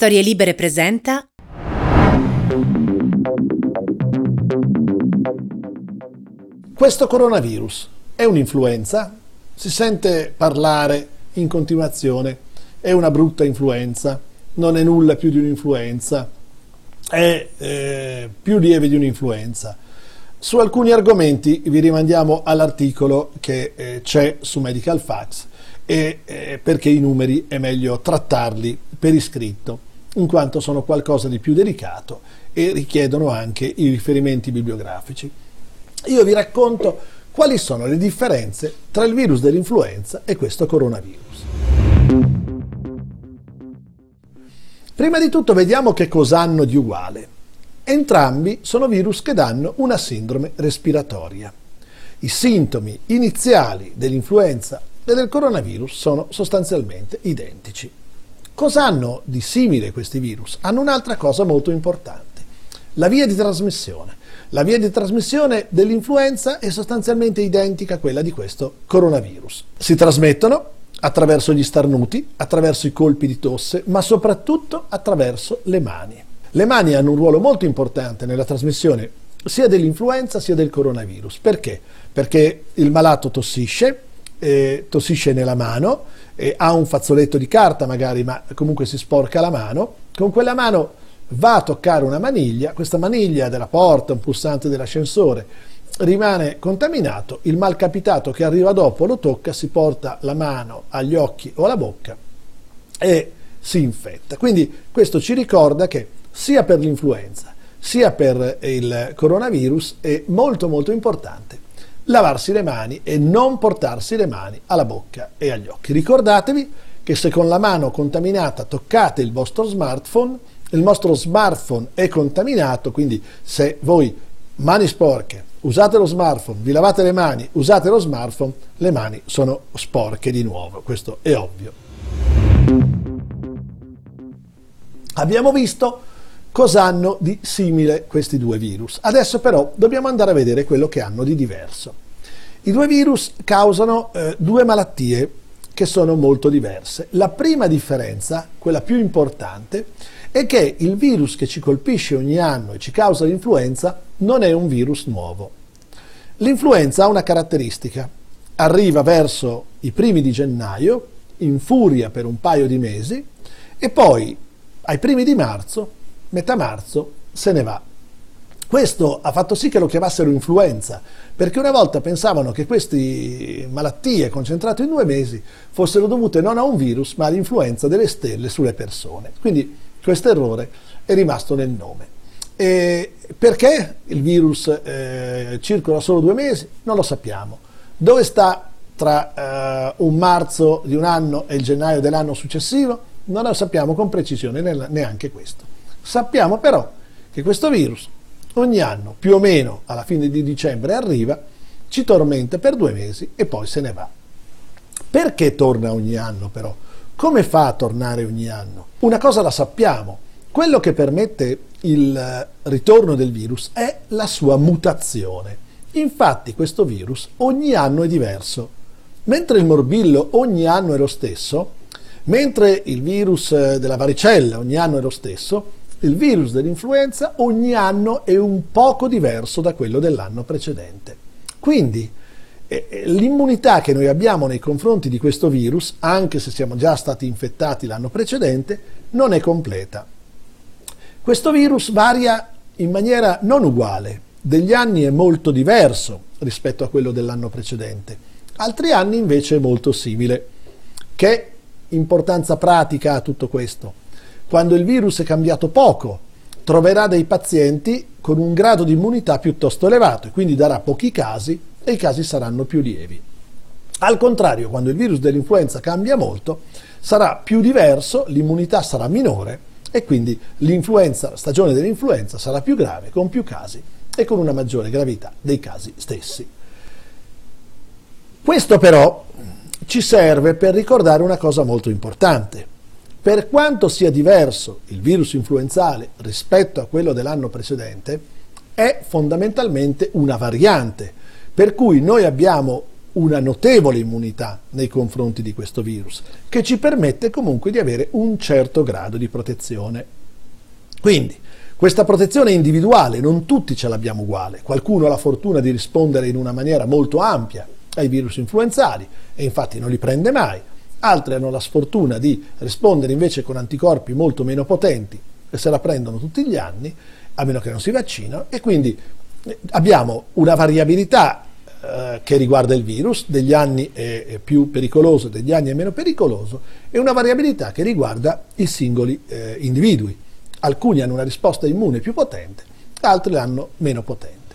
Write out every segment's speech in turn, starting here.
Storie Libere presenta Questo coronavirus è un'influenza? Si sente parlare in continuazione, è una brutta influenza, non è nulla più di un'influenza, è più lieve di un'influenza. Su alcuni argomenti vi rimandiamo all'articolo che c'è su Medical Facts perché i numeri è meglio trattarli per iscritto, in quanto sono qualcosa di più delicato e richiedono anche i riferimenti bibliografici. Io vi racconto quali sono le differenze tra il virus dell'influenza e questo coronavirus. Prima di tutto vediamo che cosa hanno di uguale. Entrambi sono virus che danno una sindrome respiratoria. I sintomi iniziali dell'influenza e del coronavirus sono sostanzialmente identici. Cosa hanno di simile questi virus? Hanno un'altra cosa molto importante: la via di trasmissione. La via di trasmissione dell'influenza è sostanzialmente identica a quella di questo coronavirus. Si trasmettono attraverso gli starnuti, attraverso i colpi di tosse, ma soprattutto attraverso le mani. Le mani hanno un ruolo molto importante nella trasmissione sia dell'influenza sia del coronavirus. Perché? Perché il malato tossisce nella mano, ha un fazzoletto di carta magari, ma comunque si sporca la mano, con quella mano va a toccare una maniglia, questa maniglia della porta, un pulsante dell'ascensore, rimane contaminato, il malcapitato che arriva dopo lo tocca, si porta la mano agli occhi o alla bocca e si infetta. Quindi questo ci ricorda che sia per l'influenza sia per il coronavirus è molto molto importante lavarsi le mani e non portarsi le mani alla bocca e agli occhi. Ricordatevi che se con la mano contaminata toccate il vostro smartphone è contaminato, quindi se voi mani sporche, usate lo smartphone, vi lavate le mani, usate lo smartphone, le mani sono sporche di nuovo, questo è ovvio. Abbiamo visto cosa hanno di simile questi due virus. Adesso però dobbiamo andare a vedere quello che hanno di diverso. I due virus causano due malattie che sono molto diverse. La prima differenza, quella più importante, è che il virus che ci colpisce ogni anno e ci causa l'influenza non è un virus nuovo. L'influenza ha una caratteristica: arriva verso i primi di gennaio, infuria per un paio di mesi e poi ai primi di marzo, metà marzo, se ne va. Questo ha fatto sì che lo chiamassero influenza, perché una volta pensavano che queste malattie concentrate in 2 mesi fossero dovute non a un virus ma all'influenza delle stelle sulle persone. Quindi questo errore è rimasto nel nome. E perché il virus circola solo 2 mesi? Non lo sappiamo. Dove sta tra un marzo di un anno e il gennaio dell'anno successivo? Non lo sappiamo con precisione neanche questo. Sappiamo però che questo virus ogni anno, più o meno alla fine di dicembre, arriva, ci tormenta per 2 mesi e poi se ne va. Perché torna ogni anno però? Come fa a tornare ogni anno? Una cosa la sappiamo: quello che permette il ritorno del virus è la sua mutazione. Infatti questo virus ogni anno è diverso. Mentre il morbillo ogni anno è lo stesso, mentre il virus della varicella ogni anno è lo stesso, il virus dell'influenza ogni anno è un poco diverso da quello dell'anno precedente. Quindi l'immunità che noi abbiamo nei confronti di questo virus, anche se siamo già stati infettati l'anno precedente, non è completa. Questo virus varia in maniera non uguale. Degli anni è molto diverso rispetto a quello dell'anno precedente. Altri anni invece è molto simile. Che importanza pratica ha tutto questo? Quando il virus è cambiato poco, troverà dei pazienti con un grado di immunità piuttosto elevato e quindi darà pochi casi e i casi saranno più lievi. Al contrario, quando il virus dell'influenza cambia molto, sarà più diverso, l'immunità sarà minore e quindi la stagione dell'influenza sarà più grave, con più casi e con una maggiore gravità dei casi stessi. Questo però ci serve per ricordare una cosa molto importante. Per quanto sia diverso il virus influenzale rispetto a quello dell'anno precedente, è fondamentalmente una variante, per cui noi abbiamo una notevole immunità nei confronti di questo virus, che ci permette comunque di avere un certo grado di protezione. Quindi, questa protezione è individuale, non tutti ce l'abbiamo uguale. Qualcuno ha la fortuna di rispondere in una maniera molto ampia ai virus influenzali e infatti non li prende mai. Altri hanno la sfortuna di rispondere invece con anticorpi molto meno potenti e se la prendono tutti gli anni, a meno che non si vaccinano, e quindi abbiamo una variabilità che riguarda il virus, degli anni è più pericoloso, degli anni è meno pericoloso, e una variabilità che riguarda i singoli individui. Alcuni hanno una risposta immune più potente, altri l'hanno meno potente.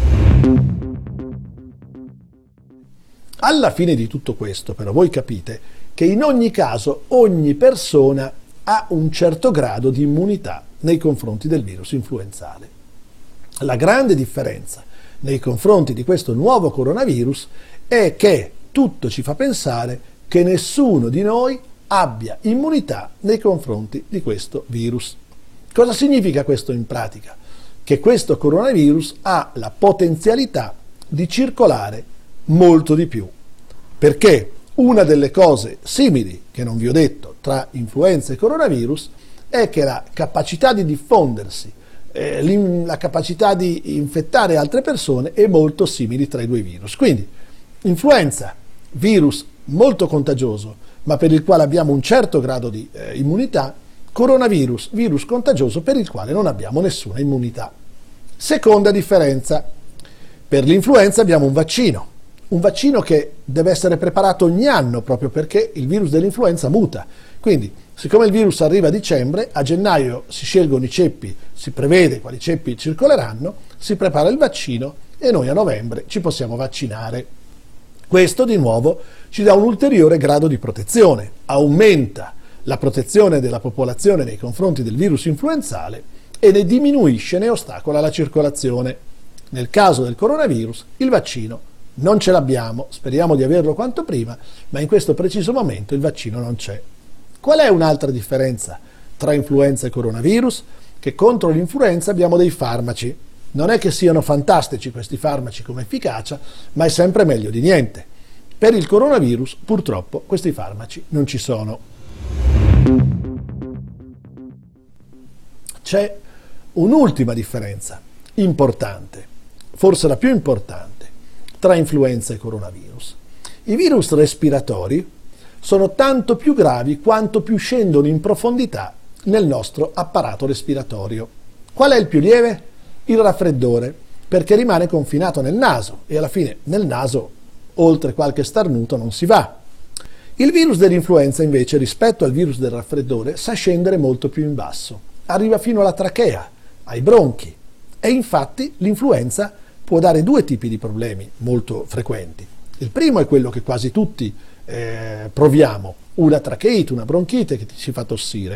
Alla fine di tutto questo, però, voi capite che in ogni caso ogni persona ha un certo grado di immunità nei confronti del virus influenzale. La grande differenza nei confronti di questo nuovo coronavirus è che tutto ci fa pensare che nessuno di noi abbia immunità nei confronti di questo virus. Cosa significa questo in pratica? Che questo coronavirus ha la potenzialità di circolare molto di più, perché una delle cose simili, che non vi ho detto, tra influenza e coronavirus è che la capacità di diffondersi, la capacità di infettare altre persone è molto simile tra i due virus. Quindi influenza, virus molto contagioso, ma per il quale abbiamo un certo grado di immunità; coronavirus, virus contagioso per il quale non abbiamo nessuna immunità. Seconda differenza: per l'influenza abbiamo un vaccino che deve essere preparato ogni anno proprio perché il virus dell'influenza muta. Quindi, siccome il virus arriva a dicembre, a gennaio si scelgono i ceppi, si prevede quali ceppi circoleranno, si prepara il vaccino e noi a novembre ci possiamo vaccinare. Questo di nuovo ci dà un ulteriore grado di protezione, aumenta la protezione della popolazione nei confronti del virus influenzale e ne diminuisce, ne ostacola la circolazione. Nel caso del coronavirus il vaccino non ce l'abbiamo, speriamo di averlo quanto prima, ma in questo preciso momento il vaccino non c'è. Qual è un'altra differenza tra influenza e coronavirus? Che contro l'influenza abbiamo dei farmaci. Non è che siano fantastici questi farmaci come efficacia, ma è sempre meglio di niente. Per il coronavirus, purtroppo, questi farmaci non ci sono. C'è un'ultima differenza importante, forse la più importante, tra influenza e coronavirus. I virus respiratori sono tanto più gravi quanto più scendono in profondità nel nostro apparato respiratorio. Qual è il più lieve? Il raffreddore, perché rimane confinato nel naso e alla fine nel naso, oltre qualche starnuto, non si va. Il virus dell'influenza invece, rispetto al virus del raffreddore, sa scendere molto più in basso, arriva fino alla trachea, ai bronchi, e infatti l'influenza può dare due tipi di problemi molto frequenti. Il primo è quello che quasi tutti proviamo, una tracheite, una bronchite che ci fa tossire,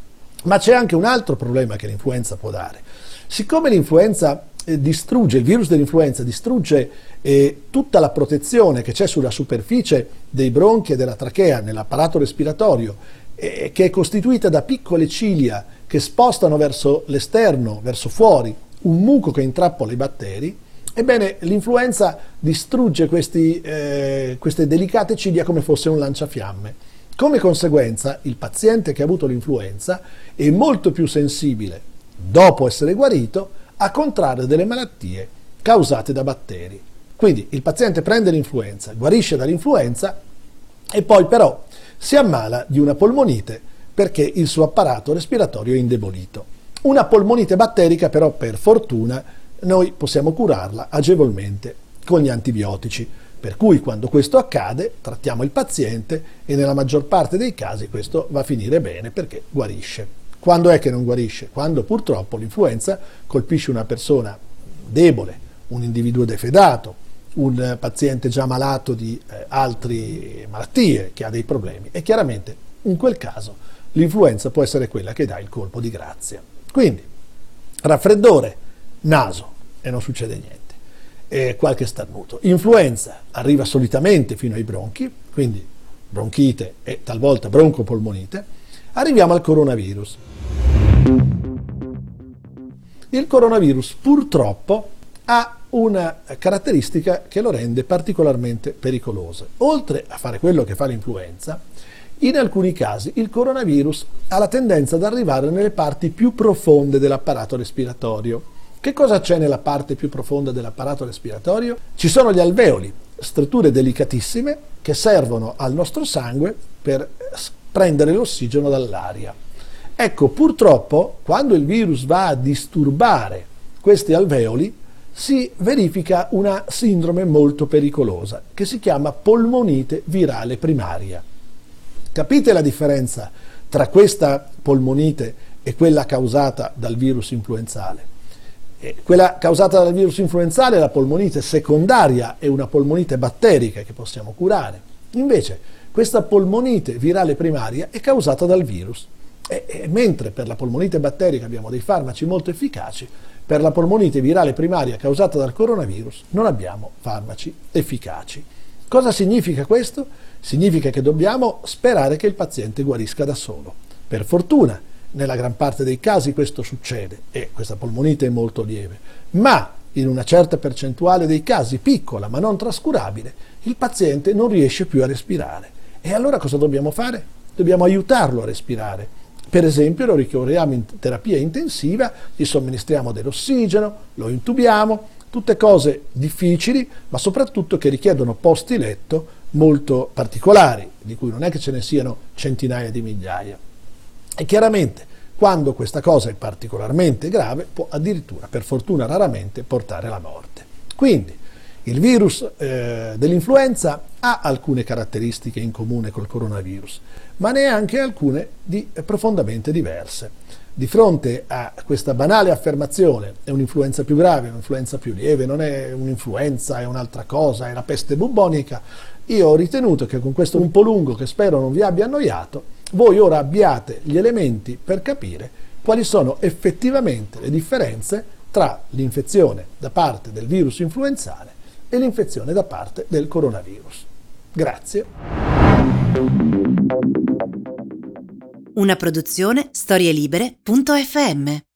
ma c'è anche un altro problema che l'influenza può dare. Siccome l'influenza distrugge, il virus dell'influenza distrugge tutta la protezione che c'è sulla superficie dei bronchi e della trachea nell'apparato respiratorio, che è costituita da piccole cilia che spostano verso l'esterno, verso fuori, un muco che intrappola i batteri. Ebbene, l'influenza distrugge queste delicate ciglia come fosse un lanciafiamme. Come conseguenza, il paziente che ha avuto l'influenza è molto più sensibile, dopo essere guarito, a contrarre delle malattie causate da batteri. Quindi il paziente prende l'influenza, guarisce dall'influenza e poi però si ammala di una polmonite perché il suo apparato respiratorio è indebolito. Una polmonite batterica però, per fortuna, noi possiamo curarla agevolmente con gli antibiotici, per cui quando questo accade trattiamo il paziente e nella maggior parte dei casi questo va a finire bene perché guarisce. Quando è che non guarisce? Quando purtroppo l'influenza colpisce una persona debole, un individuo defedato, un paziente già malato di altre malattie, che ha dei problemi, e chiaramente in quel caso l'influenza può essere quella che dà il colpo di grazia. Quindi raffreddore, naso e non succede niente, e qualche starnuto. Influenza arriva solitamente fino ai bronchi, quindi bronchite e talvolta broncopolmonite. Arriviamo al coronavirus. Il coronavirus purtroppo ha una caratteristica che lo rende particolarmente pericoloso. Oltre a fare quello che fa l'influenza, in alcuni casi il coronavirus ha la tendenza ad arrivare nelle parti più profonde dell'apparato respiratorio. Che cosa c'è nella parte più profonda dell'apparato respiratorio? Ci sono gli alveoli, strutture delicatissime che servono al nostro sangue per prendere l'ossigeno dall'aria. Ecco, purtroppo, quando il virus va a disturbare questi alveoli, si verifica una sindrome molto pericolosa che si chiama polmonite virale primaria. Capite la differenza tra questa polmonite e quella causata dal virus influenzale? Quella causata dal virus influenzale è la polmonite secondaria, è una polmonite batterica che possiamo curare. Invece questa polmonite virale primaria è causata dal virus. Mentre per la polmonite batterica abbiamo dei farmaci molto efficaci, per la polmonite virale primaria causata dal coronavirus non abbiamo farmaci efficaci. Cosa significa questo? Significa che dobbiamo sperare che il paziente guarisca da solo. Per fortuna, nella gran parte dei casi questo succede e questa polmonite è molto lieve, ma in una certa percentuale dei casi, piccola ma non trascurabile, il paziente non riesce più a respirare. E allora cosa dobbiamo fare? Dobbiamo aiutarlo a respirare. Per esempio lo ricoveriamo in terapia intensiva, gli somministriamo dell'ossigeno, lo intubiamo, tutte cose difficili, ma soprattutto che richiedono posti letto molto particolari, di cui non è che ce ne siano centinaia di migliaia. E chiaramente, quando questa cosa è particolarmente grave, può addirittura, per fortuna raramente, portare alla morte. Quindi, il virus dell'influenza ha alcune caratteristiche in comune col coronavirus, ma ne ha anche alcune profondamente diverse. Di fronte a questa banale affermazione, è un'influenza più grave, un'influenza più lieve, non è un'influenza, è un'altra cosa, è la peste bubbonica, io ho ritenuto che con questo un po' lungo, che spero non vi abbia annoiato, voi ora abbiate gli elementi per capire quali sono effettivamente le differenze tra l'infezione da parte del virus influenzale e l'infezione da parte del coronavirus. Grazie. Una produzione storielibere.fm